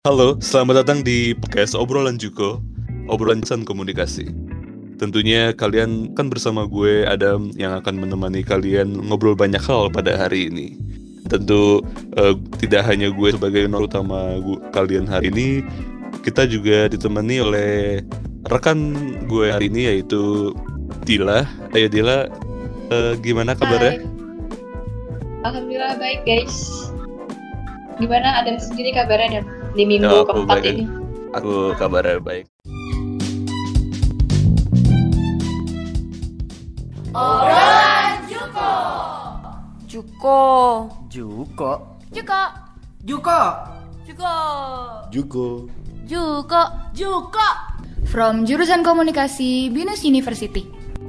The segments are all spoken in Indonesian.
Halo, selamat datang di podcast Obrolan Juko, obrolan insan komunikasi. Tentunya kalian kan bersama gue Adam yang akan menemani kalian ngobrol banyak hal pada hari ini. Tentu tidak hanya gue sebagai nor utama kalian hari ini, kita juga ditemani oleh rekan gue hari ini yaitu Dila. Ayo Dila, gimana kabarnya? Hai, alhamdulillah baik guys. Gimana Adam sendiri kabarnya Adam di minggu Aku keempat baik. ini? Aku kabarnya baik. Obrolan Juko. Juko. Juko. Juko. Juko. Juko. Juko. Juko. Juko. From jurusan komunikasi Binus University.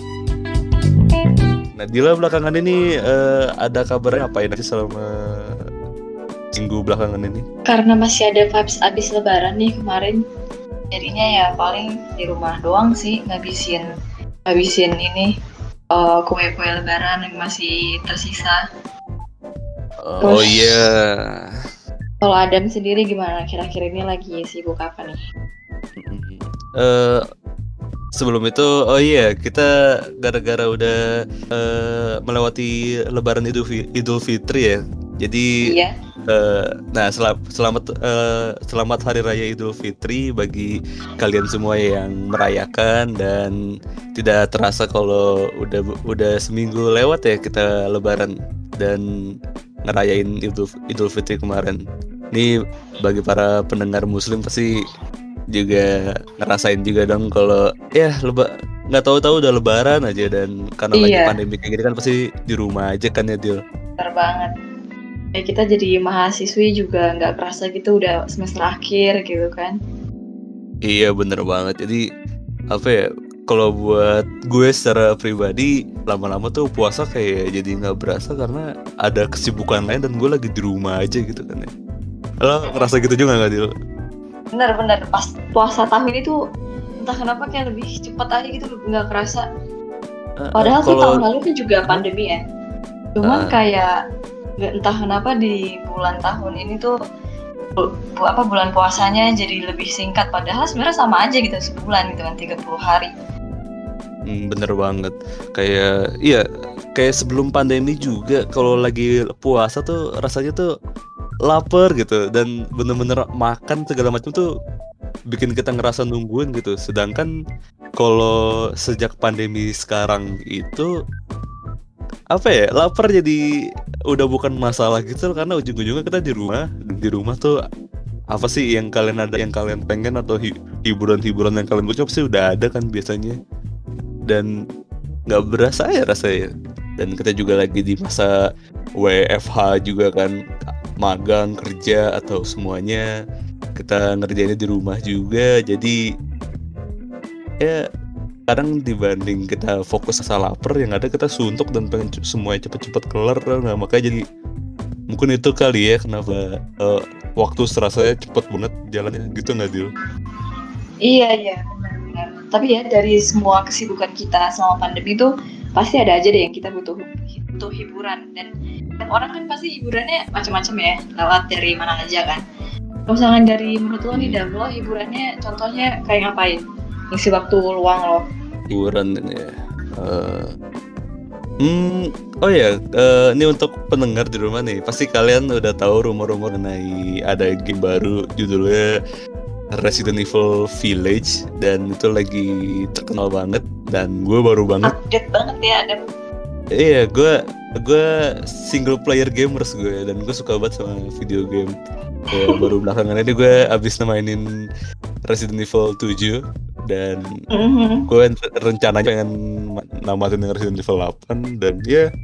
Nah, Dila belakangan ini ada kabarnya ngapain aja selama minggu belakangan ini? Karena masih ada vibes abis lebaran nih kemarin, jadinya ya paling di rumah doang sih ngabisin ini kue-kue lebaran yang masih tersisa. Oh Terus, iya. Kalau Adam sendiri gimana? Kira-kira ini lagi sibuk apa nih? Sebelum itu, oh iya, kita gara-gara udah melewati Lebaran Idul Fitri ya. Jadi, Iya. nah selamat Hari Raya Idul Fitri bagi kalian semua yang merayakan, dan tidak terasa kalau udah seminggu lewat ya kita Lebaran dan ngerayain Idul Fitri kemarin. Ini bagi para pendengar Muslim pasti juga ngerasain juga dong kalau ya nggak tahu-tahu udah Lebaran aja, dan karena lagi Iya. pandemi kayak gini kan pasti di rumah aja kan ya Dil. Bener banget. Ya, kita jadi mahasiswi juga nggak kerasa gitu udah semester akhir gitu kan. Iya bener banget. Jadi apa ya, kalau buat gue secara pribadi lama-lama tuh puasa kayak jadi nggak berasa karena ada kesibukan lain dan gue lagi di rumah aja gitu kan ya. Lo ngerasa gitu juga nggak Dil? Bener-bener pas puasa tahun itu entah kenapa kayak lebih cepat aja gitu, nggak kerasa. Padahal tuh tahun lalu kan juga pandemi ya. Cuman kayak entah kenapa di bulan tahun ini tuh bulan puasanya jadi lebih singkat, padahal sebenarnya sama aja gitu, sebulan gitu kan, 30 hari. Bener banget. Kayak sebelum pandemi juga kalau lagi puasa tuh rasanya tuh lapar gitu, dan bener-bener makan segala macam tuh bikin kita ngerasa nungguin gitu. Sedangkan kalau sejak pandemi sekarang itu apa ya, lapar jadi udah bukan masalah gitu karena ujung-ujungnya kita di rumah tuh apa sih yang kalian pengen, atau hiburan-hiburan yang kalian butuh pasti udah ada kan biasanya, dan nggak berasa ya rasanya. Dan kita juga lagi di masa WFH juga kan, magang kerja atau semuanya kita ngerjainnya di rumah juga. Jadi ya kadang dibanding kita fokus rasa lapar, yang ada kita suntuk dan pengen semuanya cepet-cepet kelar. Nah makanya jadi mungkin itu kali ya kenapa waktu serasanya cepet banget jalannya gitu, nggak Dil? Iya benar-benar. Tapi ya dari semua kesibukan kita selama pandemi itu pasti ada aja deh yang kita butuh hiburan, dan orang kan pasti hiburannya macam-macam ya, lewat dari mana aja kan. Kalau misalkan dari menurut lo nih Dam, lo hiburannya contohnya kayak ngapain? Ngisi waktu luang lo? Hiburan ya. Oh ya, ini untuk pendengar di rumah nih, pasti kalian udah tahu rumor-rumor mengenai ada game baru judulnya Resident Evil Village, dan itu lagi terkenal banget, dan gue baru banget. Update banget ya Adam. Iya, gue single player gamers gue, dan gue suka banget sama video game. Ya, baru belakangan ini gue abis mainin Resident Evil 7, dan gue rencananya pengen namatin Resident Evil 8, dan ya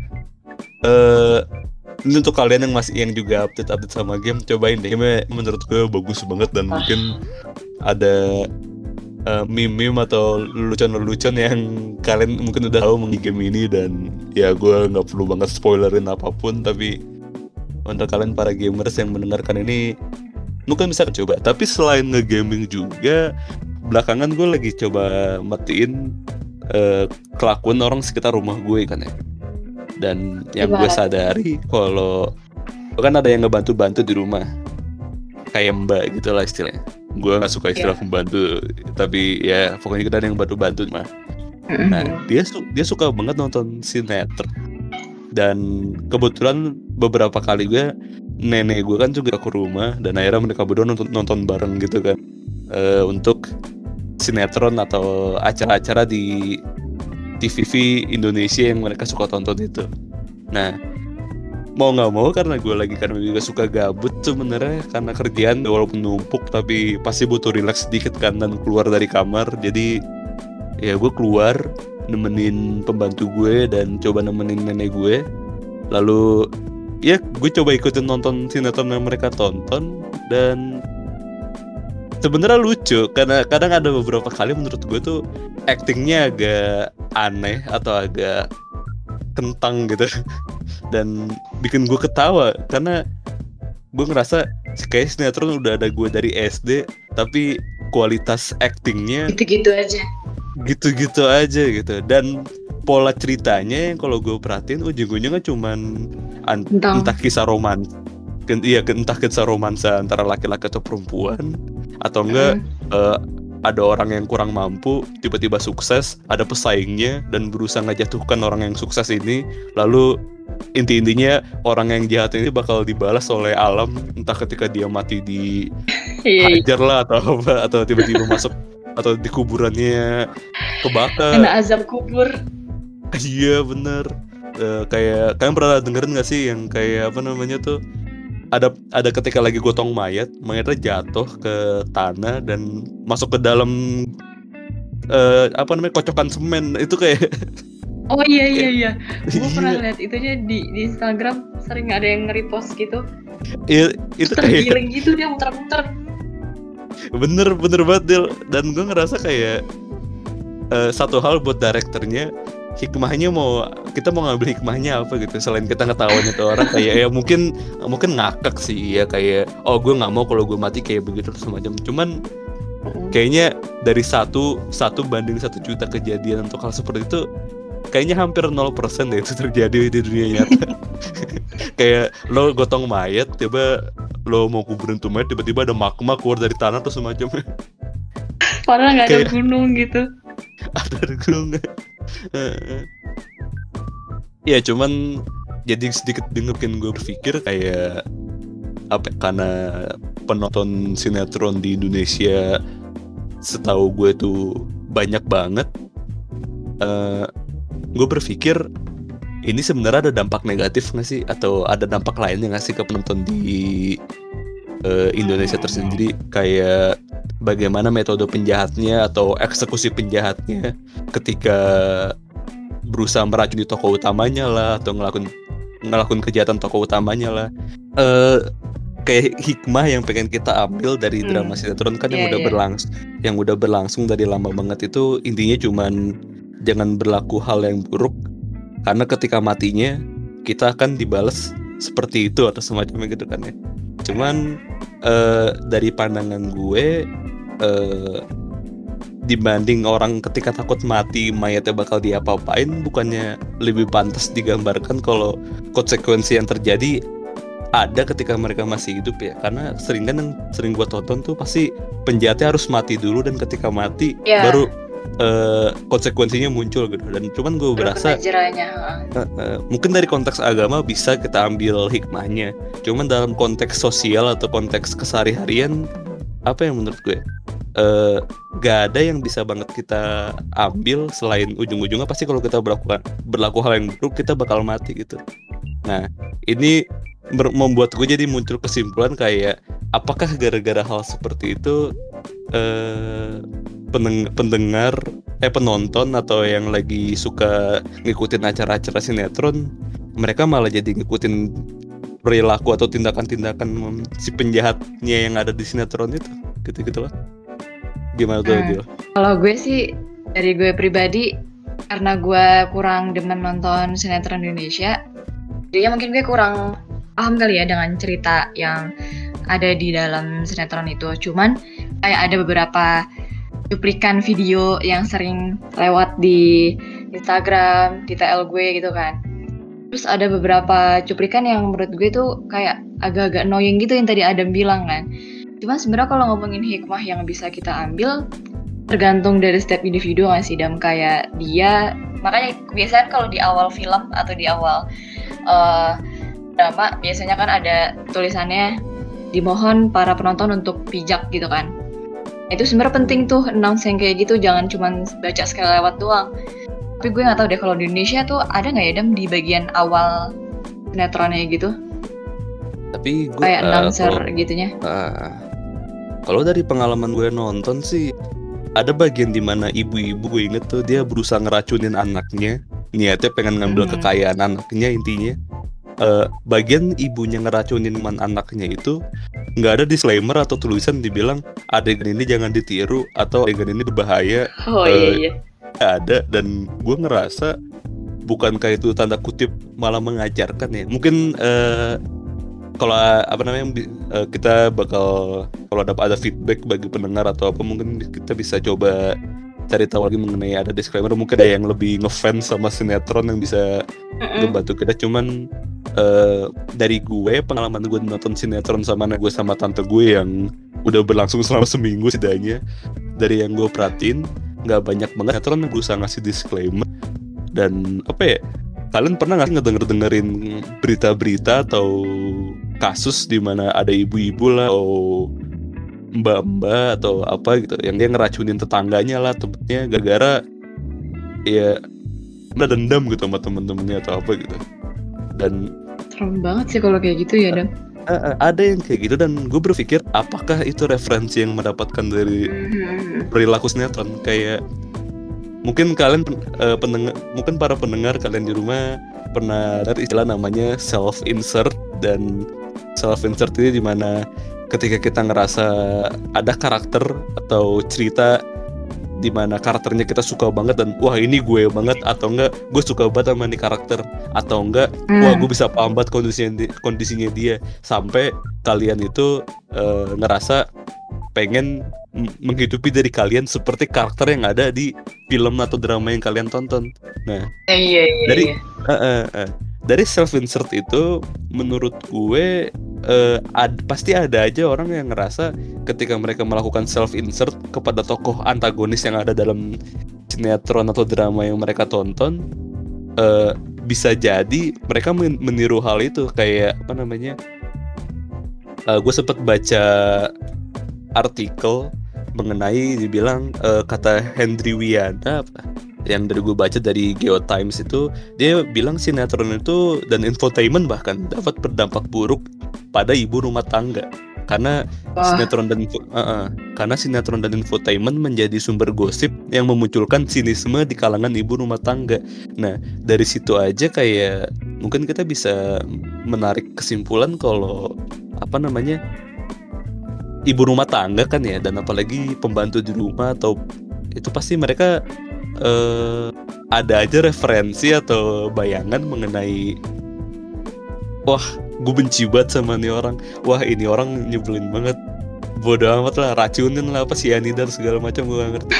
ini untuk kalian yang juga update sama game, cobain deh. Game menurut gue bagus banget, dan mungkin ada meme atau lelucon yang kalian mungkin udah tahu mengenai game ini, dan ya gue nggak perlu banget spoilerin apapun, tapi untuk kalian para gamers yang mendengarkan ini mungkin bisa coba. Tapi selain ngegaming juga, belakangan gue lagi coba matiin kelakuan orang sekitar rumah gue kan ya. Dan yang gue sadari kalau kan ada yang ngebantu di rumah, kayak mbak gitu lah istilahnya. Gue nggak suka istilah pembantu, tapi ya pokoknya kita ada yang bantu mah. Nah dia suka banget nonton sinetron. Dan kebetulan beberapa kali nenek gue kan juga ke rumah, dan akhirnya mereka berdua nonton bareng gitu kan, untuk sinetron atau acara-acara di TV Indonesia yang mereka suka tonton itu. Nah mau nggak mau karena gue juga suka gabut sebenarnya karena kerjaan walaupun numpuk tapi pasti butuh relax sedikit kan dan keluar dari kamar. Jadi ya gue keluar nemenin pembantu gue dan coba nemenin nenek gue. Lalu ya gue coba ikutin nonton sinetron yang mereka tonton, dan sebenarnya lucu karena kadang ada beberapa kali menurut gue tuh actingnya agak aneh atau agak kentang gitu dan bikin gue ketawa karena gue ngerasa kayak sinetron udah ada gue dari SD tapi kualitas actingnya gitu-gitu aja gitu, dan pola ceritanya yang kalau gue perhatiin ujung-ujungnya cuman entah kisah romansa antara laki-laki atau perempuan, atau enggak ada orang yang kurang mampu tiba-tiba sukses, ada pesaingnya dan berusaha ngejatuhkan orang yang sukses ini, lalu intinya orang yang jahat ini bakal dibalas oleh alam, entah ketika dia mati di hajar lah atau apa, atau tiba-tiba masuk atau di kuburannya kebakar. Kena azab kubur. Iya bener. Kayak kalian pernah dengerin nggak sih yang kayak apa namanya tuh? Ada ketika lagi gotong mayatnya jatuh ke tanah dan masuk ke dalam kocokan semen itu kayak. Oh iya. Gue pernah lihat itunya di Instagram, sering ada yang nge-repost gitu. Iya, itu tergiling gitu dia muter-muter. Bener banget Del. Dan gue ngerasa kayak satu hal buat direkturnya, hikmahnya kita mau ngambil hikmahnya apa gitu selain kita ngetawain itu orang kayak ya mungkin ngakak sih ya, kayak gue nggak mau kalau gue mati kayak begitu semacam. Cuman kayaknya dari satu banding 1 juta kejadian untuk hal seperti itu kayaknya hampir 0% deh itu terjadi di dunia nyata. Kayak lo gotong mayat, tiba lo mau kuburin tuh mayat, tiba-tiba ada magma keluar dari tanah atau semacamnya. Padahal nggak ada gunung gitu. Ada gunung. Ya cuman jadi sedikit bikin gue berpikir kayak karena penonton sinetron di Indonesia setahu gue tuh banyak banget. Gue berpikir ini sebenarnya ada dampak negatif nggak sih, atau ada dampak lainnya nggak sih ke penonton di Indonesia tersendiri, kayak bagaimana metode penjahatnya atau eksekusi penjahatnya ketika berusaha meracuni tokoh utamanya lah, atau ngelakuin kejahatan tokoh utamanya lah. Kayak hikmah yang pengen kita ambil dari drama sinetron kan yang udah berlangsung dari lama banget itu intinya cuman jangan berlaku hal yang buruk, karena ketika matinya kita akan dibalas seperti itu atau semacamnya gitu kan ya. Cuman dari pandangan gue, dibanding orang ketika takut mati mayatnya bakal diapa-apain, bukannya lebih pantas digambarkan kalau konsekuensi yang terjadi ada ketika mereka masih hidup ya. Karena sering gue tonton tuh pasti penjahatnya harus mati dulu, dan ketika mati baru konsekuensinya muncul gitu. Dan cuman gue berasa mungkin dari konteks agama bisa kita ambil hikmahnya, cuman dalam konteks sosial atau konteks kesehari-harian, apa yang menurut gue gak ada yang bisa banget kita ambil selain ujung-ujungnya pasti kalau kita berlaku hal yang buruk kita bakal mati gitu. Nah ini membuat gue jadi muncul kesimpulan kayak apakah gara-gara hal seperti itu penonton atau yang lagi suka ngikutin acara-acara sinetron, mereka malah jadi ngikutin perilaku atau tindakan-tindakan si penjahatnya yang ada di sinetron itu, gitu-gitulah. Gimana tuh Gil? Kalau gue sih, dari gue pribadi, karena gue kurang demen nonton sinetron Indonesia, jadinya mungkin gue kurang paham kali ya dengan cerita yang ada di dalam sinetron itu. Cuman kayak ada beberapa cuplikan video yang sering lewat di Instagram, di TL gue gitu kan. Terus ada beberapa cuplikan yang menurut gue tuh kayak agak-agak annoying gitu yang tadi Adam bilang kan. Cuman sebenarnya kalau ngomongin hikmah yang bisa kita ambil tergantung dari setiap individu nggak sih, Dam? Kayak dia, makanya biasanya kalau di awal film atau di awal drama biasanya kan ada tulisannya dimohon para penonton untuk bijak gitu kan. Itu sebenarnya penting tuh announce yang kayak gitu, jangan cuma baca sekali lewat doang. Tapi gue nggak tahu deh kalau di Indonesia tuh ada nggak ya, Dam, di bagian awal sinetronnya gitu. Tapi gue kayak announcer gitunya. Kalau dari pengalaman gue nonton sih, ada bagian dimana ibu-ibu, gue inget tuh dia berusaha ngeracunin anaknya, niatnya pengen ngambil kekayaan anaknya intinya. Bagian ibunya ngeracunin anaknya itu nggak ada disclaimer atau tulisan dibilang adegan ini jangan ditiru atau adegan ini berbahaya. Iya. Ada, dan gue ngerasa bukankah itu tanda kutip malah mengajarkan ya? Mungkin kalau kita bakal, kalau ada feedback bagi pendengar atau apa, mungkin kita bisa coba cari tahu lagi mengenai ada disclaimer. Mungkin ada yang lebih ngefans sama sinetron yang bisa ngebantu kita. Cuman dari gue, pengalaman gue nonton sinetron sama anak gue sama tante gue yang udah berlangsung selama seminggu setidaknya, dari yang gue perhatiin nggak banyak banget sinetron yang berusaha ngasih disclaimer. Dan apa ya, kalian pernah nggak sih dengerin berita-berita atau kasus di mana ada ibu-ibu lah atau mbak-mbak atau apa gitu yang dia ngeracunin tetangganya lah, tempatnya gara-gara ya ada dendam gitu sama temen-temennya atau apa gitu. Dan serem banget sih kalau kayak gitu ya, Dan. Ada yang kayak gitu, dan gue berpikir apakah itu referensi yang mendapatkan dari perilaku sinetron. Kayak mungkin kalian mungkin para pendengar kalian di rumah pernah dengar istilah namanya self insert. Dan self insert ini dimana ketika kita ngerasa ada karakter atau cerita di mana karakternya kita suka banget dan wah ini gue banget, atau enggak gue suka banget sama nih karakter, atau enggak wah gue bisa paham banget kondisinya dia, sampai kalian itu ngerasa pengen menghidupi dari kalian seperti karakter yang ada di film atau drama yang kalian tonton. Nah, dari self insert itu menurut gue pasti ada aja orang yang ngerasa ketika mereka melakukan self insert kepada tokoh antagonis yang ada dalam sinetron atau drama yang mereka tonton, bisa jadi mereka meniru hal itu. Kayak apa namanya, gue sempat baca artikel mengenai dibilang kata Hendry Wiana yang dari gue baca dari GeoTimes itu, dia bilang sinetron itu dan infotainment bahkan dapat berdampak buruk pada ibu rumah tangga karena sinetron dan infotainment menjadi sumber gosip yang memunculkan sinisme di kalangan ibu rumah tangga. Nah, dari situ aja kayak mungkin kita bisa menarik kesimpulan kalau apa namanya, ibu rumah tangga kan ya, dan apalagi pembantu di rumah atau itu pasti mereka ada aja referensi atau bayangan mengenai wah gue benci banget sama nih orang, wah ini orang nyebelin banget, bodoh amat lah, racunin lah apa cyanida segala macam, gue gak ngerti.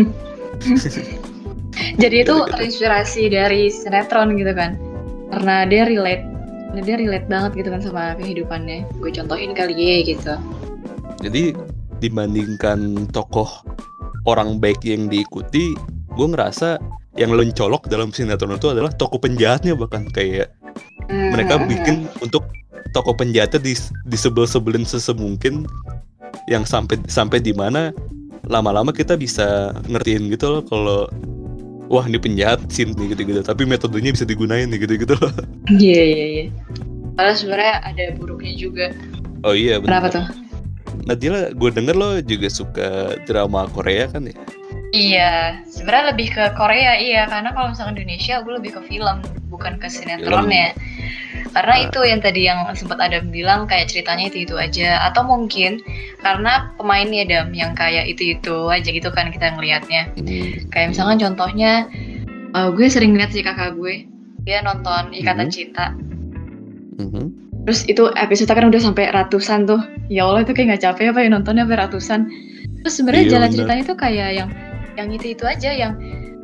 Jadi itu terinspirasi dari sinetron gitu kan, karena dia relate banget gitu kan sama kehidupannya. Gue contohin kali ya gitu. Jadi dibandingkan tokoh orang baik yang diikuti, gue ngerasa yang mencolok dalam sinetron itu adalah tokoh penjahatnya. Bahkan kayak mereka bikin untuk tokoh penjahatnya disebel-sebelin sesemungkin, yang sampai di mana lama-lama kita bisa ngertiin gitu loh kalau wah ini penjahat sini gitu-gitu, tapi metodenya bisa digunain gitu-gitu loh. Iya. Padahal sebenarnya ada buruknya juga. Oh iya, benar. Kenapa tuh? Nadila, gue denger lo juga suka drama Korea kan ya? Iya, sebenarnya lebih ke Korea, iya. Karena kalau misalkan Indonesia, gue lebih ke film, bukan ke sinetronnya. Karena itu yang tadi yang sempat Adam bilang, kayak ceritanya itu aja. Atau mungkin karena pemainnya Adam yang kayak itu aja gitu kan kita ngelihatnya. Kayak misalkan contohnya, gue sering lihat si kakak gue, dia nonton Ikatan Cinta. Terus itu episode kan udah sampai ratusan tuh. Ya Allah, itu kayak gak capek apa ya nontonnya sampai ratusan. Terus sebenarnya jalan ceritanya tuh kayak yang itu aja, yang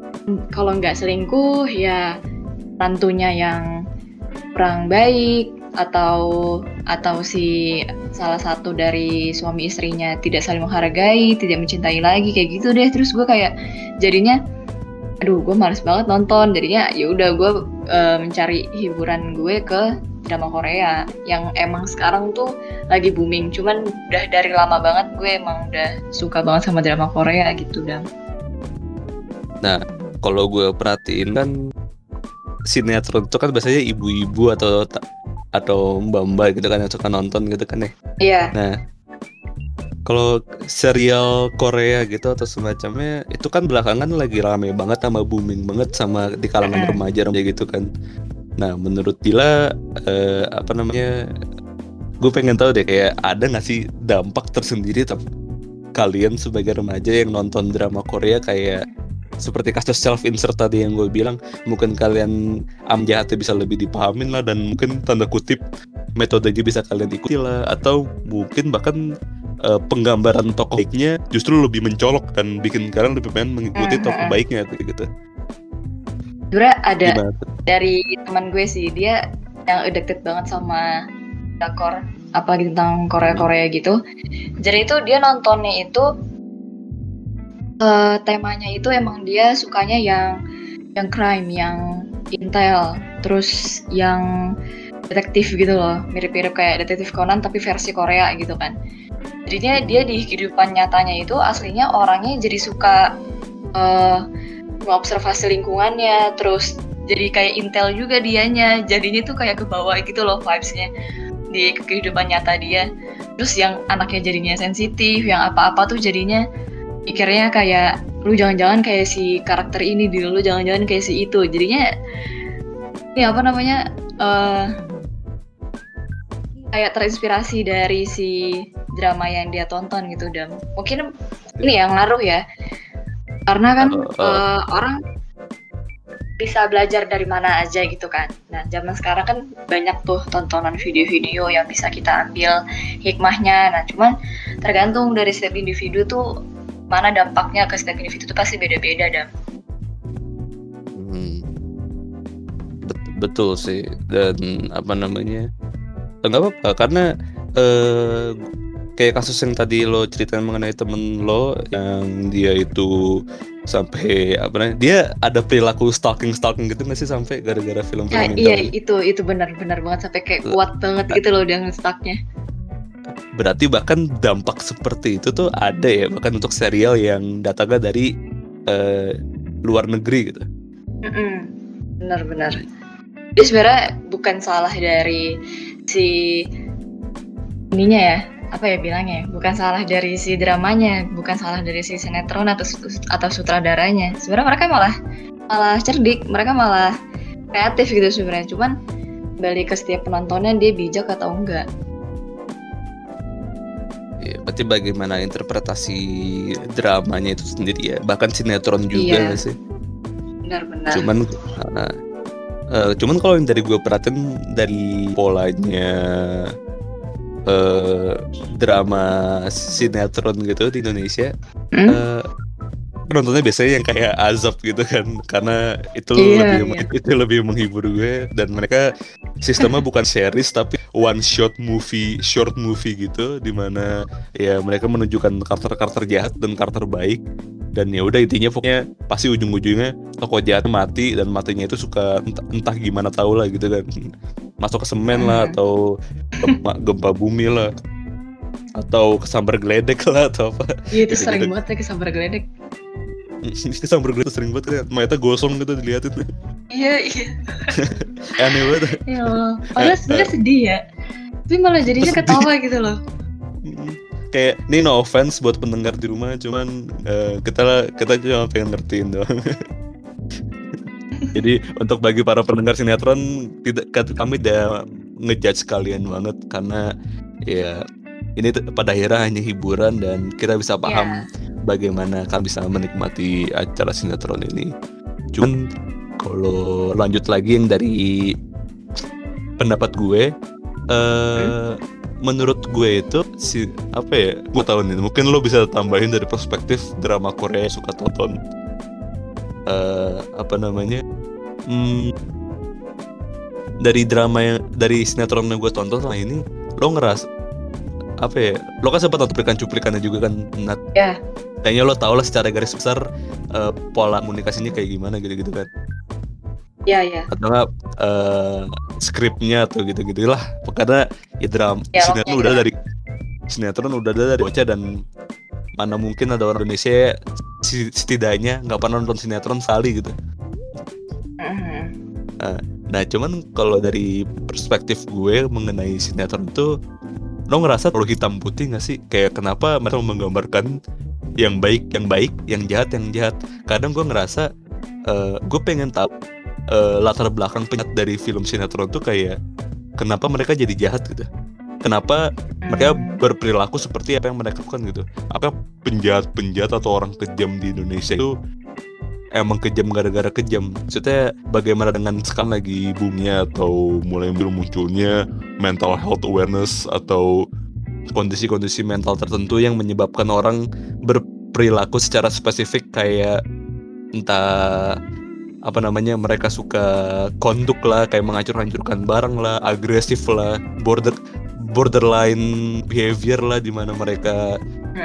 kalau nggak selingkuh ya rantunya yang kurang baik, atau si salah satu dari suami istrinya tidak saling menghargai, tidak mencintai lagi kayak gitu deh. Terus gue kayak jadinya aduh gue males banget nonton, jadinya ya udah gue mencari hiburan gue ke drama Korea yang emang sekarang tuh lagi booming. Cuman udah dari lama banget gue emang udah suka banget sama drama Korea gitu Dam. Nah kalau gue perhatiin kan sinetron itu kan biasanya ibu-ibu atau mbak-mbak gitu kan yang suka nonton gitu kan ya. Iya. Nah kalau serial Korea gitu atau semacamnya itu kan belakangan lagi rame banget sama booming banget sama di kalangan remaja gitu kan. Nah menurut Dila gue pengen tahu deh kayak ada nggak sih dampak tersendiri kalian sebagai remaja yang nonton drama Korea kayak seperti kasus self-insert tadi yang gue bilang, mungkin kalian jahatnya bisa lebih dipahamin lah dan mungkin tanda kutip metodenya bisa kalian ikuti lah, atau mungkin bahkan penggambaran tokoh baiknya justru lebih mencolok dan bikin kalian lebih pengen mengikuti tokoh baiknya gitu. Sebenernya ada dari teman gue sih, dia yang addicted banget sama drakor apalagi tentang Korea gitu. Jadi itu dia nontonnya itu temanya itu emang dia sukanya yang crime, yang intel, terus yang detektif gitu loh, mirip-mirip kayak detektif Conan tapi versi Korea gitu kan. Jadinya dia di kehidupan nyatanya itu aslinya orangnya jadi suka mengobservasi lingkungannya, terus jadi kayak intel juga dianya, jadinya tuh kayak kebawa gitu loh vibes-nya di kehidupan nyata dia. Terus yang anaknya jadinya sensitif, yang apa-apa tuh jadinya pikirnya kayak lu jangan-jangan kayak si karakter ini, lu jangan-jangan kayak si itu. Jadinya ini kayak terinspirasi dari si drama yang dia tonton gitu. Dan mungkin ini yang ngaruh ya, karena kan orang bisa belajar dari mana aja gitu kan. Nah zaman sekarang kan banyak tuh tontonan video-video yang bisa kita ambil hikmahnya. Nah cuman tergantung dari setiap individu tuh mana dampaknya ke setiap individu itu pasti beda-beda Dan. Betul sih, dan nggak apa-apa karena kayak kasus yang tadi lo ceritain mengenai temen lo yang dia itu sampai dia ada perilaku stalking gitu nggak sih sampai gara-gara film-film Iya itu benar banget sampai kayak kuat banget gitu loh dia nge-stalknya. Berarti bahkan dampak seperti itu tuh ada ya bahkan untuk serial yang datangnya dari luar negeri gitu. Benar. Jadi sebenarnya bukan salah dari si ininya ya, apa ya bilangnya, bukan salah dari si dramanya, bukan salah dari si sinetron atau sutradaranya. Sebenarnya mereka malah cerdik, mereka malah kreatif gitu sebenarnya. Cuman balik ke setiap penontonnya dia bijak atau enggak. Ya, berarti bagaimana interpretasi dramanya itu sendiri ya, bahkan sinetron juga sih. Benar. Cuman kalau yang dari gue perhatiin dari polanya drama sinetron gitu di Indonesia, penontonnya biasanya yang kayak azab gitu kan, karena itu lebih menghibur gue, dan mereka sistemnya bukan series tapi one short movie gitu, dimana ya mereka menunjukkan karakter jahat dan karakter baik, dan ya udah intinya pokoknya pasti ujung-ujungnya tokoh jahat mati, dan matinya itu suka entah gimana tahu lah gitu kan, masuk ke semen lah, atau gempa bumi lah, atau kesambar geledek lah, atau apa. Iya itu sering banget ya kesambar geledek. Kesambar geledek sering banget kan, mayatnya gosong gitu dilihatin. Iya. Aneh banget. Ya Allah, padahal sebenarnya sedih ya, tapi malah jadinya ketawa gitu loh. Kayak ini no offense buat pendengar di rumah, cuman kita cuma pengen ngertiin doang. Jadi untuk bagi para pendengar sinetron, kami tidak ngejudge kalian banget, karena ya ini pada akhirnya hanya hiburan dan kita bisa paham bagaimana kalian bisa menikmati acara sinetron ini. Cuman kalau lanjut lagi yang dari pendapat gue, menurut gue itu gue tahu nih, mungkin lo bisa tambahin dari perspektif drama Korea yang suka tonton. dari dari sinetron yang gue tonton selama ini, lo ngeras apa ya? Lo kan sempat nonton cuplikannya juga kan, Nat? Ya. Kayaknya lo tau lah secara garis besar pola komunikasinya kayak gimana gitu-gitu kan? Iya. Atau nggak skripnya atau gitu-gitu lah. Karena ya sinetron udah dari bocah, dan mana mungkin ada orang Indonesia setidaknya nggak pernah nonton sinetron sekali gitu. Nah cuman kalau dari perspektif gue mengenai sinetron itu, lo ngerasa terlalu hitam putih nggak sih? Kayak kenapa mereka menggambarkan yang baik, yang jahat. Kadang gue ngerasa gue pengen tahu latar belakang penjahat dari film sinetron tuh, kayak kenapa mereka jadi jahat gitu. Kenapa mereka berperilaku seperti apa yang mereka lakukan gitu. Apa penjahat atau orang kejam di Indonesia itu emang kejam gara-gara kejam? Maksudnya bagaimana dengan sekarang lagi boomnya atau mulai munculnya mental health awareness atau kondisi-kondisi mental tertentu yang menyebabkan orang berperilaku secara spesifik, kayak entah apa namanya, mereka suka konduk lah, kayak menghancurkan barang lah, agresif lah, borderline behavior lah, di mana mereka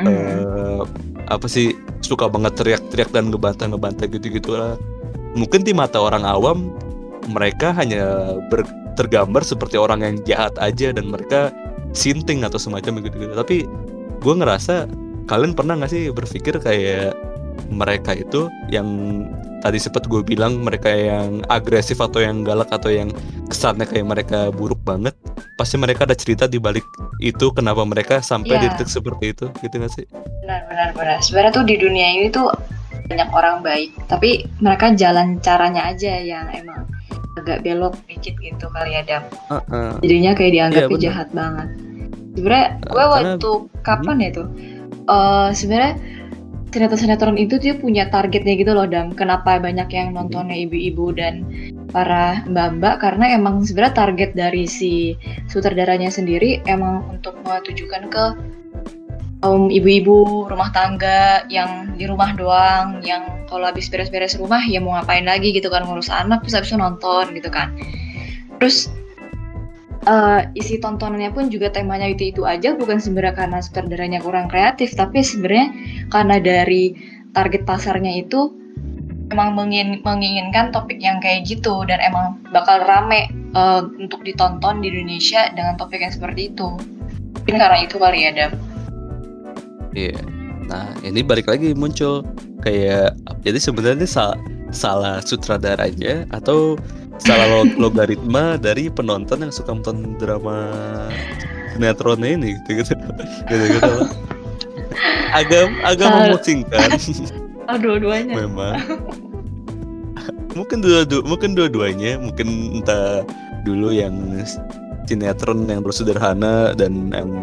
suka banget teriak-teriak dan ngebantah gitu-gitu lah. Mungkin di mata orang awam mereka hanya tergambar seperti orang yang jahat aja, dan mereka sinting atau semacam gitu-gitu. Tapi gue ngerasa, kalian pernah nggak sih berpikir kayak mereka itu yang tadi sempat gue bilang, mereka yang agresif atau yang galak atau yang kesannya kayak mereka buruk banget, pasti mereka ada cerita di balik itu, kenapa mereka sampai di titik seperti itu, gitu nggak sih? Benar. Sebenarnya tuh di dunia ini tuh banyak orang baik, tapi mereka jalan caranya aja yang emang agak belok dikit gitu kali ya, Dam. Jadinya kayak dianggapnya jahat banget. Sebenarnya gue waktu kapan ya tuh? Sebenarnya sinetron itu dia punya targetnya gitu loh, Dam. Kenapa banyak yang nontonnya ibu-ibu dan para mbak-mbak? Karena emang sebenarnya target dari si sutradaranya sendiri emang untuk mentujukan ke ibu-ibu rumah tangga yang di rumah doang, yang kalau habis beres-beres rumah ya mau ngapain lagi gitu kan, ngurus anak, terus habis itu nonton gitu kan. Terus isi tontonannya pun juga temanya itu aja, bukan sebenarnya karena sutradaranya kurang kreatif, tapi sebenarnya karena dari target pasarnya itu emang menginginkan topik yang kayak gitu, dan emang bakal rame untuk ditonton di Indonesia dengan topik yang seperti itu. Mungkin karena itu kali ya, Dam. Iya. Nah ini balik lagi muncul kayak, jadi sebenarnya salah sutradaranya atau salah logaritma dari penonton yang suka nonton drama sinetron ini gitu. Agak memusingkan. Dua-duanya. Memang. mungkin dua-duanya, mungkin entah dulu yang sinetron yang sederhana dan yang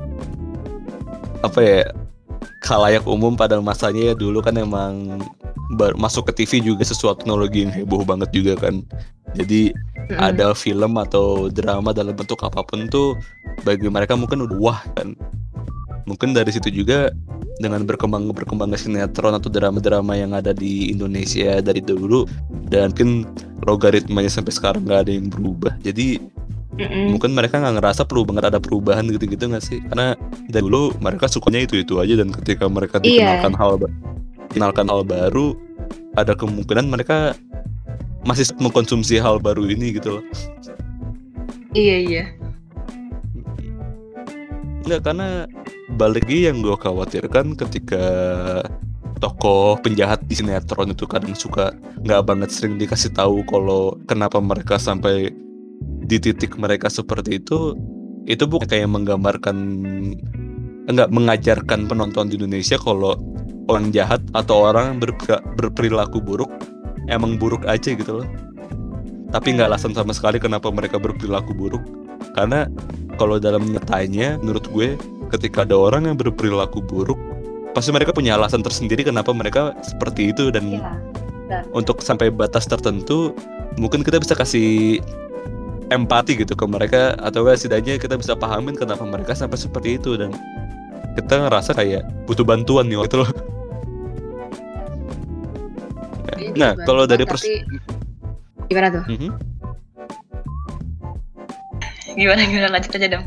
khalayak umum pada masanya dulu kan emang masuk ke TV juga sesuatu teknologi yang heboh banget juga kan. Jadi ada film atau drama dalam bentuk apapun tuh bagi mereka mungkin udah wah kan. Mungkin dari situ juga dengan berkembangnya sinetron atau drama-drama yang ada di Indonesia dari dulu, dan mungkin logaritmanya sampai sekarang nggak ada yang berubah. Jadi mungkin mereka nggak ngerasa perlu banget ada perubahan gitu-gitu nggak sih? Karena dari dulu mereka sukanya itu aja, dan ketika mereka dikenalkan hal baru, ada kemungkinan mereka masih mengkonsumsi hal baru ini gitu loh. Iya. Nggak, karena balik lagi yang gue khawatirkan ketika tokoh penjahat di sinetron itu kadang suka nggak banget sering dikasih tahu kalau kenapa mereka sampai di titik mereka seperti itu bukan kayak mengajarkan penonton di Indonesia kalau orang jahat atau orang berperilaku buruk emang buruk aja gitu loh. Tapi nggak alasan sama sekali kenapa mereka berperilaku buruk. Karena kalau dalam nyatanya, menurut gue, ketika ada orang yang berperilaku buruk, pasti mereka punya alasan tersendiri kenapa mereka seperti itu, dan untuk sampai batas tertentu mungkin kita bisa kasih empati gitu ke mereka, atau setidaknya kita bisa pahamin kenapa mereka sampai seperti itu, dan kita ngerasa kayak butuh bantuan nih gitu loh. Nah, kalau dari gimana tuh? Gimana lanjut aja dong.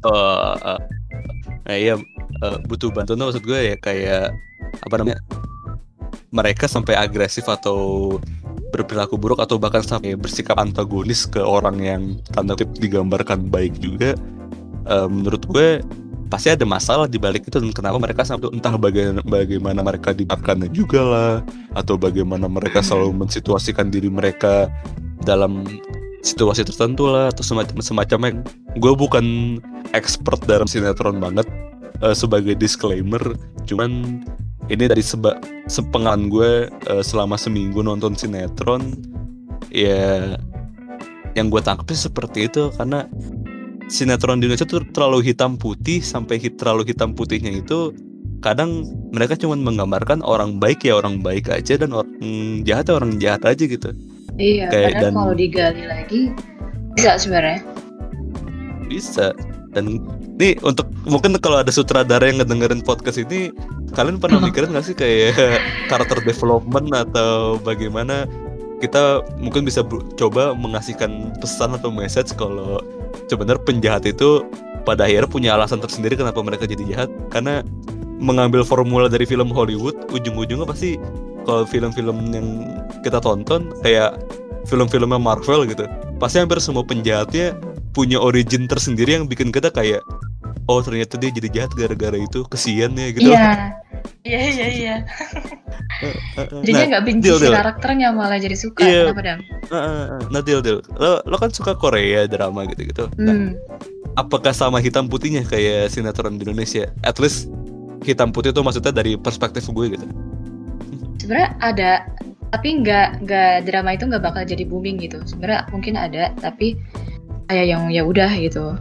Nah iya, butuh bantuan tuh maksud gue ya kayak apa namanya, mereka sampai agresif atau berperilaku buruk atau bahkan sampai bersikap antagonis ke orang yang tanda kutip digambarkan baik juga. Menurut gue pasti ada masalah di balik itu, dan kenapa mereka sampai entah bagaimana mereka dimakannya juga lah, atau bagaimana mereka selalu mensituasikan diri mereka dalam situasi tertentu lah, atau semacamnya. Gue bukan expert dalam sinetron banget, sebagai disclaimer, cuman ini dari sepengalaman gue selama seminggu nonton sinetron, ya yang gue tangkap seperti itu. Karena sinetron di Indonesia tuh terlalu hitam putih, sampai terlalu hitam putihnya itu kadang mereka cuma menggambarkan orang baik ya orang baik aja, dan orang jahat ya orang jahat aja gitu. Iya, padahal kalau digali lagi bisa sebenarnya. Bisa. Dan nih untuk mungkin kalau ada sutradara yang ngedengerin podcast ini, kalian pernah mikirin gak sih kayak karakter development atau bagaimana kita mungkin bisa coba mengasihkan pesan atau message kalau sebenarnya penjahat itu pada akhirnya punya alasan tersendiri kenapa mereka jadi jahat. Karena mengambil formula dari film Hollywood, ujung-ujungnya pasti kalau film-film yang kita tonton kayak film-filmnya Marvel gitu, pasti hampir semua penjahatnya punya origin tersendiri yang bikin kita kayak, oh ternyata dia jadi jahat gara-gara itu, kesian ya gitu. Iya. Jadinya nggak benci si karakternya, malah jadi suka. Kenapa Dam? Nah Dil, lo kan suka Korea drama gitu-gitu. Nah, apakah sama hitam putihnya kayak sinetron di Indonesia? At least hitam putih itu maksudnya dari perspektif gue gitu. Sebenarnya ada, tapi nggak drama itu nggak bakal jadi booming gitu. Sebenarnya mungkin ada, tapi kayak yang ya udah gitu.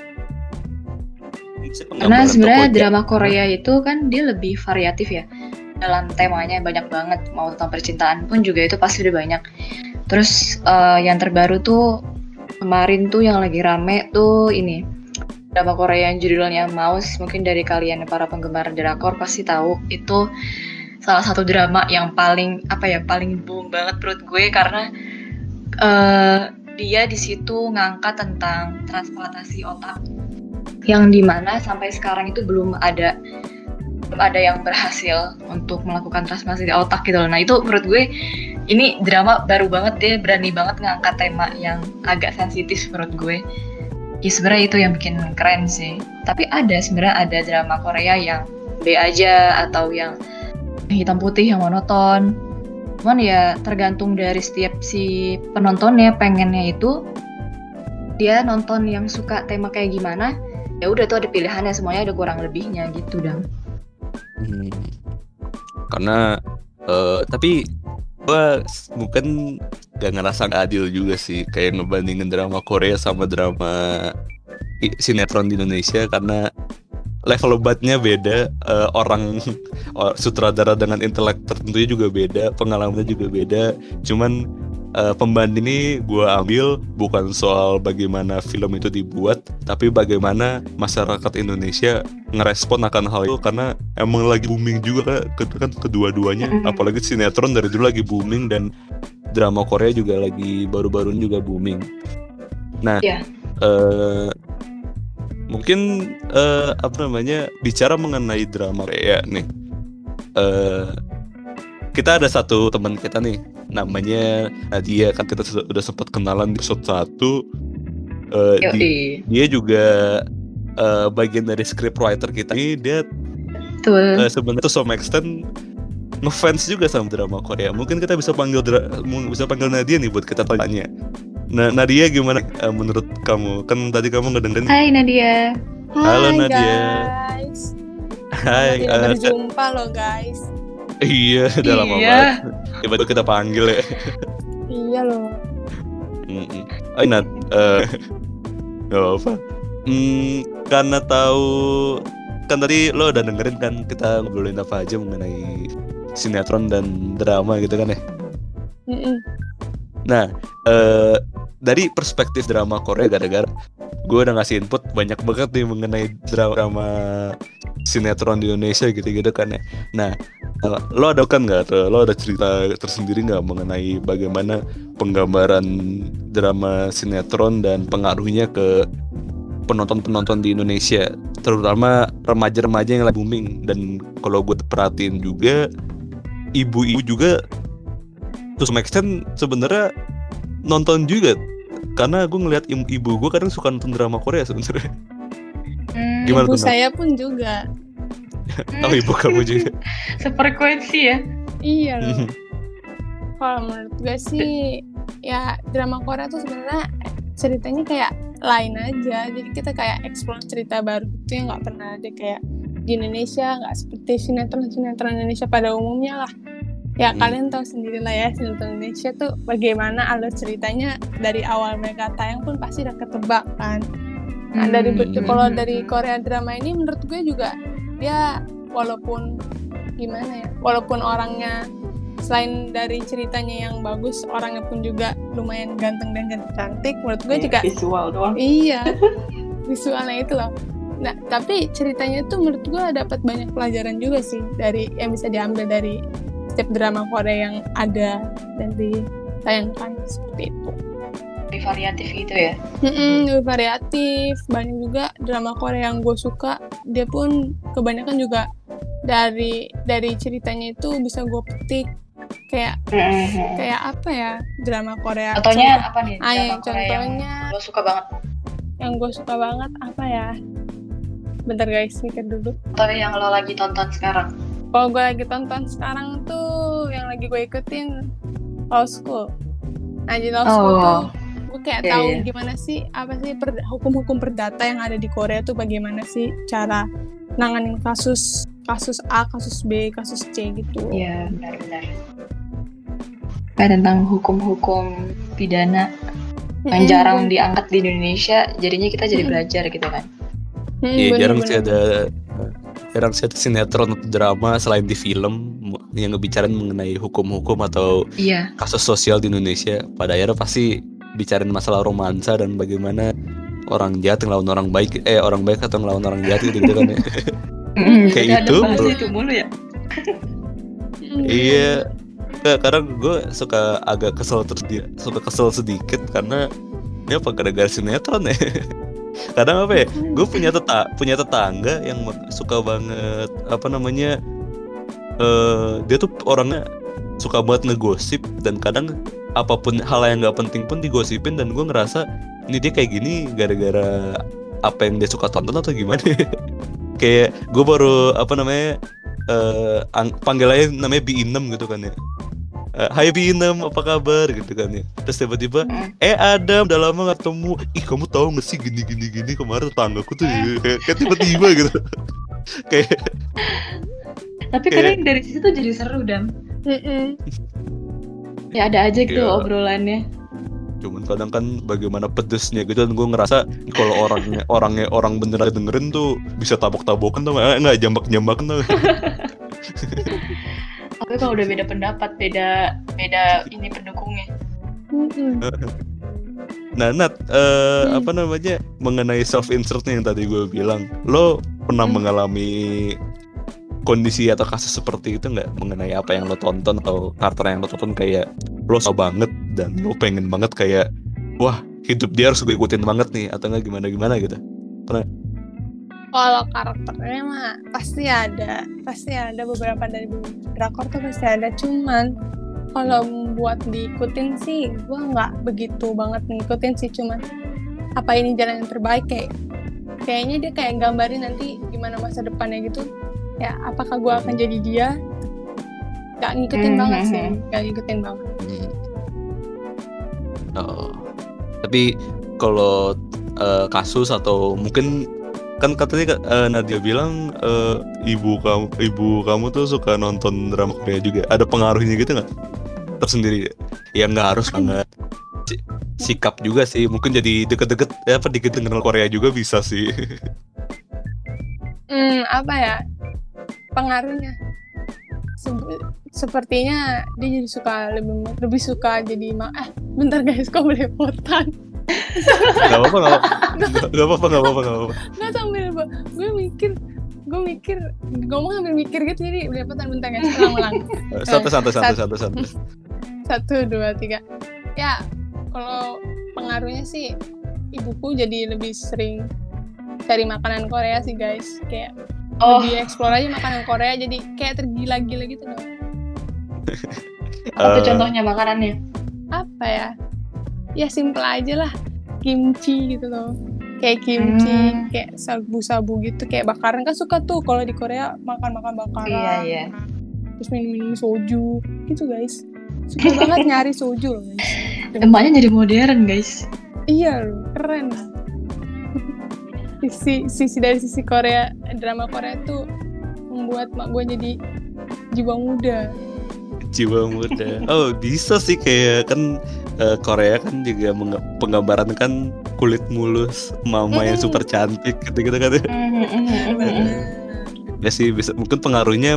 Karena sebenarnya drama Korea itu kan dia lebih variatif ya, dalam temanya banyak banget. Mau tentang percintaan pun juga itu pasti udah banyak. Terus yang terbaru tuh kemarin tuh yang lagi rame tuh ini drama Korea yang judulnya Mouse. Mungkin dari kalian para penggemar drakor pasti tahu, itu salah satu drama yang paling boom banget menurut gue, karena dia di situ ngangkat tentang transplantasi otak, yang dimana sampai sekarang itu belum ada yang berhasil untuk melakukan transplantasi otak gitu loh. Nah itu menurut gue ini drama baru banget, dia berani banget ngangkat tema yang agak sensitif menurut gue. Ya sebenarnya itu yang bikin keren sih. Tapi sebenarnya ada drama Korea yang B aja, atau yang hitam putih yang monoton. Cuman ya tergantung dari setiap si penontonnya, pengennya itu dia nonton yang suka tema kayak gimana. Ya udah tuh ada pilihannya, semuanya ada kurang lebihnya gitu Dam. Karena tapi gue mungkin gak ngerasa adil juga sih kayak ngebandingin drama Korea sama drama sinetron di Indonesia, karena level obatnya beda, orang sutradara dengan intelek tertentunya juga beda, pengalamannya juga beda. Cuman pembanding ini gue ambil bukan soal bagaimana film itu dibuat, tapi bagaimana masyarakat Indonesia ngerespon akan hal itu, karena emang lagi booming juga kan kedua-duanya. Apalagi sinetron dari dulu lagi booming, dan drama Korea juga lagi baru-baru juga booming. Nah, mungkin bicara mengenai drama Korea nih, kita ada satu teman kita nih, namanya Nadia, kan kita udah sempat kenalan di episode 1. Dia juga bagian dari scriptwriter kita nih. Dia sebenarnya to some extent ngefans juga sama drama Korea. Mungkin kita bisa panggil Nadia nih buat kita tanya. Nah, Nadia gimana menurut kamu? Kan tadi kamu ngedengerin. Hai Nadia. Halo Nadia. Guys. Hai. Berjumpa loh guys. Iya, udah lama banget. Tiba-tiba kita panggil ya. Iya loh. Nat, gak apa. Karena tahu kan tadi lo udah dengerin kan kita ngobrolin apa aja mengenai sinetron dan drama gitu kan ya. Nah, dari perspektif drama Korea, gara-gara gue udah ngasih input banyak banget nih mengenai drama sinetron di Indonesia gitu-gitu kan ya. Nah, lo ada kan nggak? Lo ada cerita tersendiri nggak mengenai bagaimana penggambaran drama sinetron dan pengaruhnya ke penonton-penonton di Indonesia, terutama remaja-remaja yang lagi booming. Dan kalau gue perhatiin juga ibu-ibu juga to some extent sebenarnya nonton juga, karena gue ngeliat ibu gue kadang suka nonton drama Korea sebenarnya. Gimana Ibu tuh? saya pun juga. Oh, ibu kamu juga. Sefrekuensi ya. Iya loh. Kalau menurut gue sih ya drama Korea tuh sebenarnya ceritanya kayak lain aja. Jadi kita kayak explore cerita baru itu yang nggak pernah ada kayak di Indonesia, nggak seperti sinetron Indonesia pada umumnya lah. Ya kalian tahu sendiri lah ya, sinetron Indonesia tuh bagaimana alur ceritanya dari awal mereka tayang pun pasti udah ketebak kan. Nah kalau dari Korea drama ini menurut gue juga dia walaupun gimana ya, walaupun orangnya selain dari ceritanya yang bagus, orangnya pun juga lumayan ganteng dan cantik, menurut gue juga visual doang. Iya, visualnya itu loh. Nah, tapi ceritanya tuh menurut gue dapat banyak pelajaran juga sih dari yang bisa diambil dari setiap drama Korea yang ada dan ditayangkan seperti itu. Lebih variatif gitu ya? Lebih variatif. Banyak juga drama Korea yang gue suka. Dia pun kebanyakan juga dari ceritanya itu bisa gue petik kayak apa ya drama Korea. Contohnya apa nih? Drama Korea contohnya yang gue suka banget. Yang gue suka banget apa ya? Bentar guys, mikir dulu. Atau yang lo lagi tonton sekarang? Kalau gue lagi tonton sekarang tuh yang lagi gue ikutin Law School. Nah di Law School tuh gue kayak tahu gimana sih apa sih hukum-hukum perdata yang ada di Korea tuh bagaimana sih cara nanganin kasus A, kasus B, kasus C gitu. Iya benar-benar. Kayak tentang hukum-hukum pidana yang jarang diangkat di Indonesia, jadinya kita jadi belajar gitu kan. Iya, jarang sih ada sinetron atau drama selain di film yang ngebicarain mengenai hukum-hukum atau kasus sosial di Indonesia. Pada akhirnya pasti bicarain masalah romansa dan bagaimana orang jahat ngelawan orang baik, orang baik atau ngelawan orang jahat gitu kan ya. Kayak itu mulu ya. Iya. Kadang gue suka agak kesel sedikit karena ini apa gara-gara sinetron ya. Kadang apa ya, gue punya tetangga yang suka banget dia tuh orangnya suka banget ngegosip, dan kadang apapun hal yang nggak penting pun digosipin, dan gue ngerasa ini dia kayak gini gara-gara apa yang dia suka tonton atau gimana. Kayak gue baru panggilannya namanya B6 gitu kan ya. Hai B6, apa kabar gitu kan ya. Terus tiba-tiba Adam, udah lama gak ketemu. Ih kamu tahu gak sih gini kemarin tetanggaku tuh kayak tiba-tiba gitu. Kayak tapi kadang dari situ tuh jadi seru Dam. Ya ada aja gitu obrolannya. Cuman kadang kan bagaimana pedesnya gitu, dan gue ngerasa kalau orang beneran dengerin tuh bisa tabok-tabokan tuh, nggak jambak-jambakan tuh. Tapi kalau udah beda pendapat, beda ini pendukungnya. Nah Nat, mengenai self insertnya yang tadi gue bilang, lo pernah mengalami kondisi atau kasus seperti itu nggak, mengenai apa yang lo tonton atau karakter yang lo tonton kayak lo suka banget dan lo pengen banget kayak wah hidup dia harus gue ikutin banget nih, atau nggak gimana gitu? Pernah? Kalau karakternya mah pasti ada beberapa dari drakor tuh pasti ada, cuman kalau buat diikutin sih gue nggak begitu banget ngikutin sih, cuman apa ini jalan yang terbaik, kayaknya dia kayak gambarin nanti gimana masa depannya gitu ya, apakah gue akan jadi dia. Nggak ngikutin banget sih, nggak ngikutin banget. Tapi kalau kasus atau mungkin kan katanya Nadia bilang ibu kamu tuh suka nonton drama Korea juga. Ada pengaruhnya gitu nggak? Tersendiri? Ya nggak harus banget. Sikap juga sih. Mungkin jadi deket-deket dikit kenal Korea juga bisa sih. Apa ya? Pengaruhnya? Sepertinya dia jadi suka lebih suka jadi bentar guys, kok belepotan. Gak apa-apa. Nggak sambil gue mikir ngomong sambil mikir gitu, jadi belepotan. Bentar guys, ulang. Santai. 1, 2, 3. Ya kalau pengaruhnya sih ibuku jadi lebih sering cari makanan Korea sih guys, kayak lebih explore aja makanan Korea, jadi kayak tergila-gila gitu loh. Apa tuh contohnya makanannya? Apa ya? Ya simple aja lah, kimchi gitu loh. Kayak kimchi, kayak sabu-sabu gitu, kayak bakaran kan suka tuh kalau di Korea makan bakaran. Iya. Terus minum soju gitu guys. Suka banget nyari soju loh guys. Emaknya jadi modern guys. Iya loh, keren. Dari sisi Korea, drama Korea tuh membuat mak gue jadi jiwa muda. Oh bisa sih, kayak kan Korea kan juga penggambaran kan kulit mulus, mama yang super cantik gitu kan. Ya sih, bisa mungkin pengaruhnya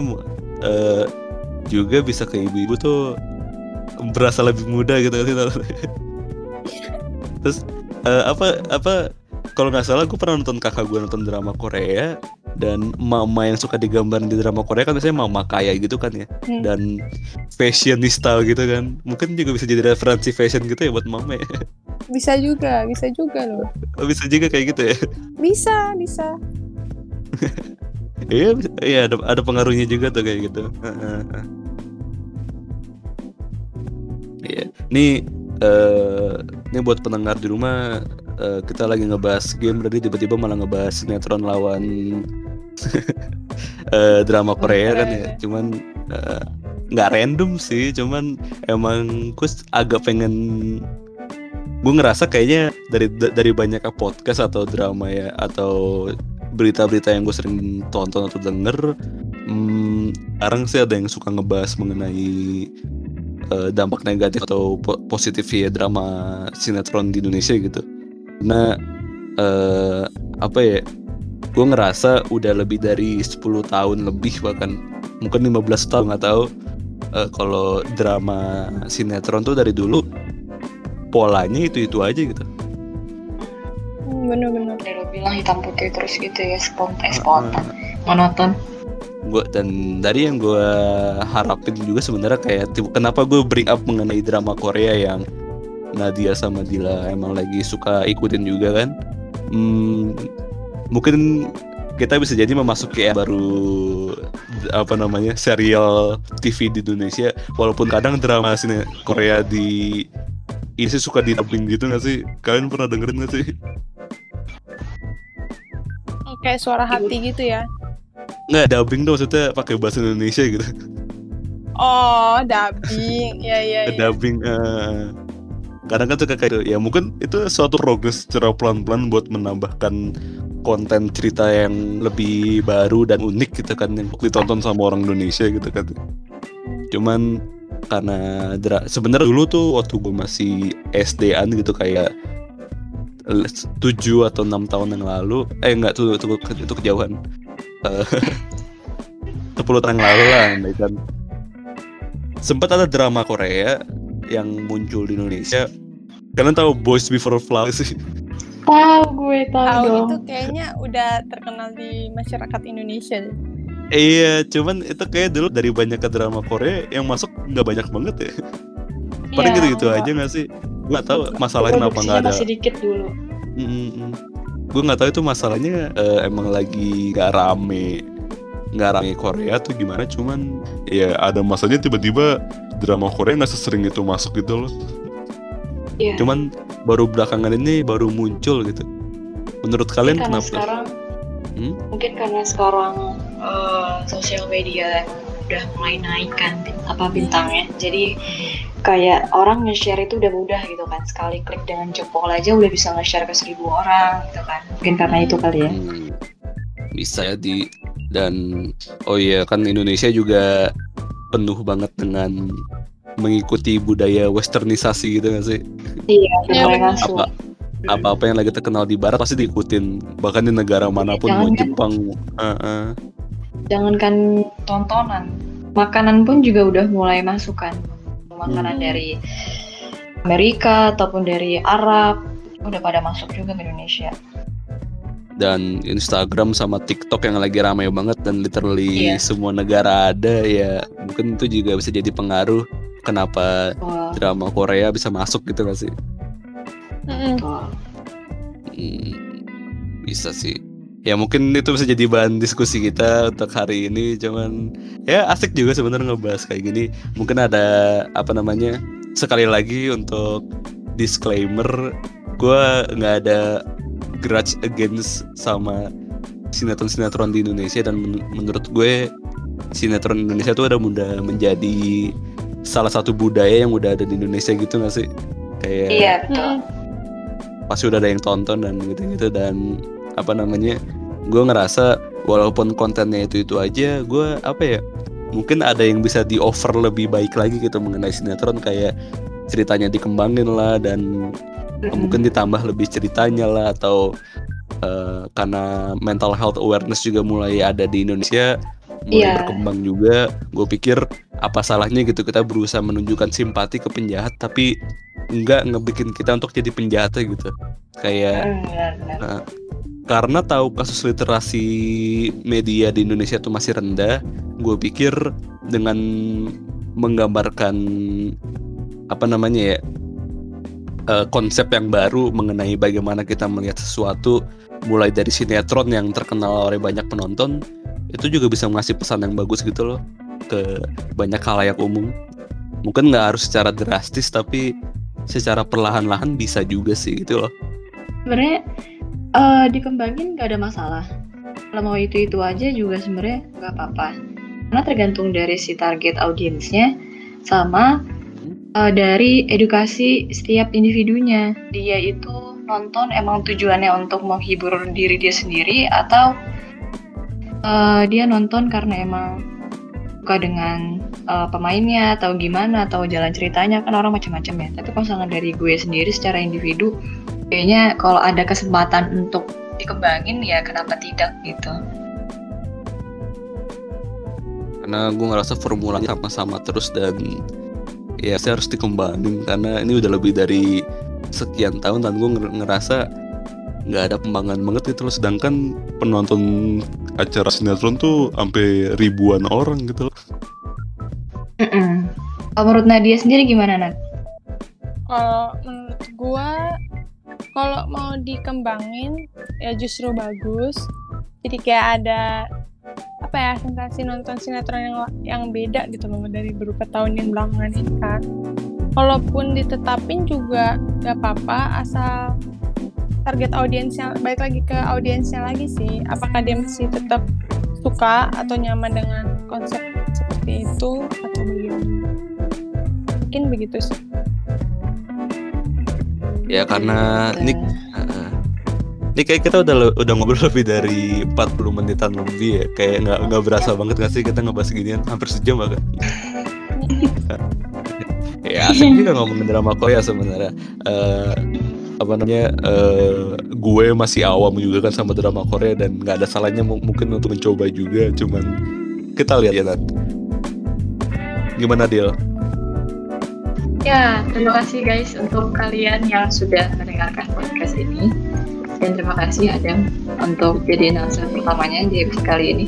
juga bisa ke ibu-ibu tuh berasa lebih muda gitu kan. Terus apa kalau nggak salah gue pernah nonton kakak gue nonton drama Korea, dan mama yang suka digambarin di drama Korea kan biasanya mama kaya gitu kan ya, dan fashionista gitu kan. Mungkin juga bisa jadi referensi fashion gitu ya buat mama ya. Bisa juga loh. Bisa juga kayak gitu ya. Bisa. Iya ada pengaruhnya juga tuh kayak gitu. Iya. Ini buat pendengar di rumah, kita lagi ngebahas game, berarti tiba-tiba malah ngebahas sinetron lawan drama Korea kan ya. Cuman nggak random sih, cuman emang gue agak pengen, gue ngerasa kayaknya dari banyak podcast atau drama ya, atau berita-berita yang gue sering tonton atau denger, sekarang sih ada yang suka ngebahas mengenai dampak negatif atau positif ya drama sinetron di Indonesia gitu. Nah, gue ngerasa udah lebih dari 10 tahun lebih, bahkan mungkin 15 tahun, nggak tahu, kalau drama sinetron tuh dari dulu polanya itu aja gitu. Bener-bener. Kayak lo bilang hitam putih terus gitu ya, spontan, monoton. Dan dari yang gue harapin juga sebenarnya kayak kenapa gue bring up mengenai drama Korea yang Nadia sama Dila emang lagi suka ikutin juga kan. Mungkin kita bisa jadi memasuki baru serial TV di Indonesia, walaupun kadang drama sini Korea di ini sih suka di dubbing gitu nggak sih? Kalian pernah dengerin nggak sih? Kayak suara hati gitu ya? Nggak, dubbing tuh maksudnya pakai bahasa Indonesia gitu. Oh, dubbing, ya. Dubbing, kadang kan suka kayak ya, mungkin itu suatu progres secara pelan-pelan buat menambahkan konten cerita yang lebih baru dan unik gitu kan, yang ditonton sama orang Indonesia gitu kan. Cuman karena sebenarnya dulu tuh waktu gue masih SD-an gitu, kayak 7 atau 6 tahun yang lalu, enggak tuh itu kejauhan. 10 tahun yang lalu lah kan. Sempat ada drama Korea yang muncul di Indonesia. Kalian tahu Boys Before Flowers sih? Tahu dong. Itu kayaknya udah terkenal di masyarakat Indonesia deh. Iya, cuman itu kayak dulu dari banyak ke drama Korea yang masuk nggak banyak banget ya. Paling gitu-gitu aja nggak sih? Gue nggak tahu masalahnya kenapa nggak ada. Masih dikit dulu. Gue nggak tahu itu masalahnya emang lagi nggak rame Korea tuh gimana. Cuman ya ada masanya tiba-tiba drama Korea nggak sesering itu masuk gitu loh. Yeah. Cuman baru belakangan ini baru muncul gitu. Menurut kalian kenapa? Sekarang, mungkin karena sekarang sosial media udah mulai naik kan bintangnya. Jadi kayak orang nge-share itu udah mudah gitu kan. Sekali klik dengan jempol aja udah bisa nge-share ke 1.000 orang gitu kan. Mungkin karena itu kali ya. Bisa ya dan kan Indonesia juga penuh banget dengan mengikuti budaya westernisasi gitu nggak sih? Iya, apa-apa yang lagi terkenal di barat pasti diikutin, bahkan di negara manapun, mau Jepang. Jangankan tontonan, makanan pun juga udah mulai masuk kan. Makanan dari Amerika ataupun dari Arab udah pada masuk juga ke Indonesia. Dan Instagram sama TikTok yang lagi ramai banget dan literally semua negara ada ya. Mungkin itu juga bisa jadi pengaruh kenapa drama Korea bisa masuk gitu gak sih? Bisa sih. Ya mungkin itu bisa jadi bahan diskusi kita untuk hari ini. Cuman ya asik juga sebenarnya ngebahas kayak gini. Mungkin ada sekali lagi untuk disclaimer, gue nggak ada grudge against sama sinetron-sinetron di Indonesia, dan menurut gue sinetron Indonesia tuh udah menjadi salah satu budaya yang udah ada di Indonesia gitu nggak sih? Kayak iya betul. Pasti udah ada yang tonton dan gitu-gitu, dan gue ngerasa walaupun kontennya itu aja, gue mungkin ada yang bisa di offer lebih baik lagi gitu mengenai sinetron, kayak ceritanya dikembangin lah, dan mungkin ditambah lebih ceritanya lah, atau karena mental health awareness juga mulai ada di Indonesia, mulai berkembang juga. Gue pikir apa salahnya gitu kita berusaha menunjukkan simpati ke penjahat, tapi enggak ngebikin kita untuk jadi penjahatnya gitu. Kayak karena tahu kasus literasi media di Indonesia itu masih rendah, gue pikir dengan menggambarkan konsep yang baru mengenai bagaimana kita melihat sesuatu, mulai dari sinetron yang terkenal oleh banyak penonton, itu juga bisa ngasih pesan yang bagus gitu loh ke banyak khalayak umum. Mungkin nggak harus secara drastis, tapi secara perlahan-lahan bisa juga sih gitu loh. Sebenarnya dikembangin nggak ada masalah. Kalau mau itu aja juga sebenarnya nggak apa-apa. Karena tergantung dari si target audiensnya sama dari edukasi setiap individunya. Dia itu nonton emang tujuannya untuk menghibur diri dia sendiri, atau dia nonton karena emang suka dengan pemainnya atau gimana, atau jalan ceritanya. Kan orang macam-macam ya. Tapi kalau misalnya dari gue sendiri secara individu, kayaknya kalau ada kesempatan untuk dikembangin ya kenapa tidak gitu. Karena gue ngerasa formulanya sama-sama terus, dan ya saya harus dikembangin karena ini udah lebih dari sekian tahun, dan gue ngerasa nggak ada pembangunan banget gitu loh. Sedangkan penonton acara sinetron tuh sampai ribuan orang gitu loh. Kalau menurut Nadia sendiri gimana, Nat? Kalau menurut gue, kalau mau dikembangin ya justru bagus. Jadi kayak ada sensasi nonton sinetron yang beda gitu loh dari beberapa tahun yang belakangan ini kan. Kalaupun ditetapin juga gak apa-apa, asal target audiensnya, balik lagi ke audiensnya lagi sih, apakah dia masih tetap suka atau nyaman dengan konsep seperti itu atau bagaimana. Mungkin begitu sih. Ya karena ini kayak kita udah ngobrol lebih dari 40 menitan lebih ya. Kayak nggak berasa banget nggak sih kita ngebahas ginian hampir sejam bahkan. Ya asik juga ngomongin drama Korea sebenarnya. Gue masih awam juga kan sama drama Korea, dan nggak ada salahnya mungkin untuk mencoba juga. Cuman kita lihat ya nanti. Gimana Dil? Ya, terima kasih guys untuk kalian yang sudah mendengarkan podcast ini. Dan terima kasih Adam untuk jadi announcer pertamanya di episode kali ini.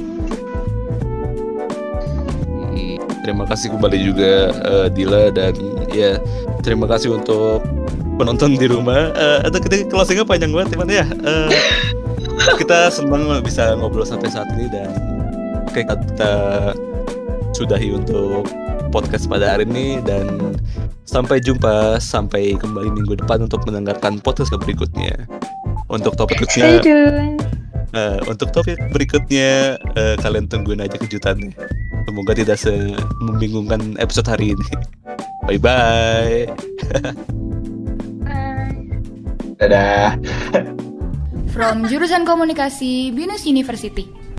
Terima kasih kembali juga Dila, dan ya terima kasih untuk penonton di rumah. Atau kita closingnya panjang banget teman ya. Kita senang bisa ngobrol sampai saat ini, dan kita sudahi untuk podcast pada hari ini, dan sampai jumpa, sampai kembali minggu depan untuk mendengarkan podcast berikutnya. Untuk topik berikutnya, kalian tungguin aja kejutannya. Semoga tidak membingungkan episode hari ini. Bye bye. Dadah. From Jurusan Komunikasi Binus University.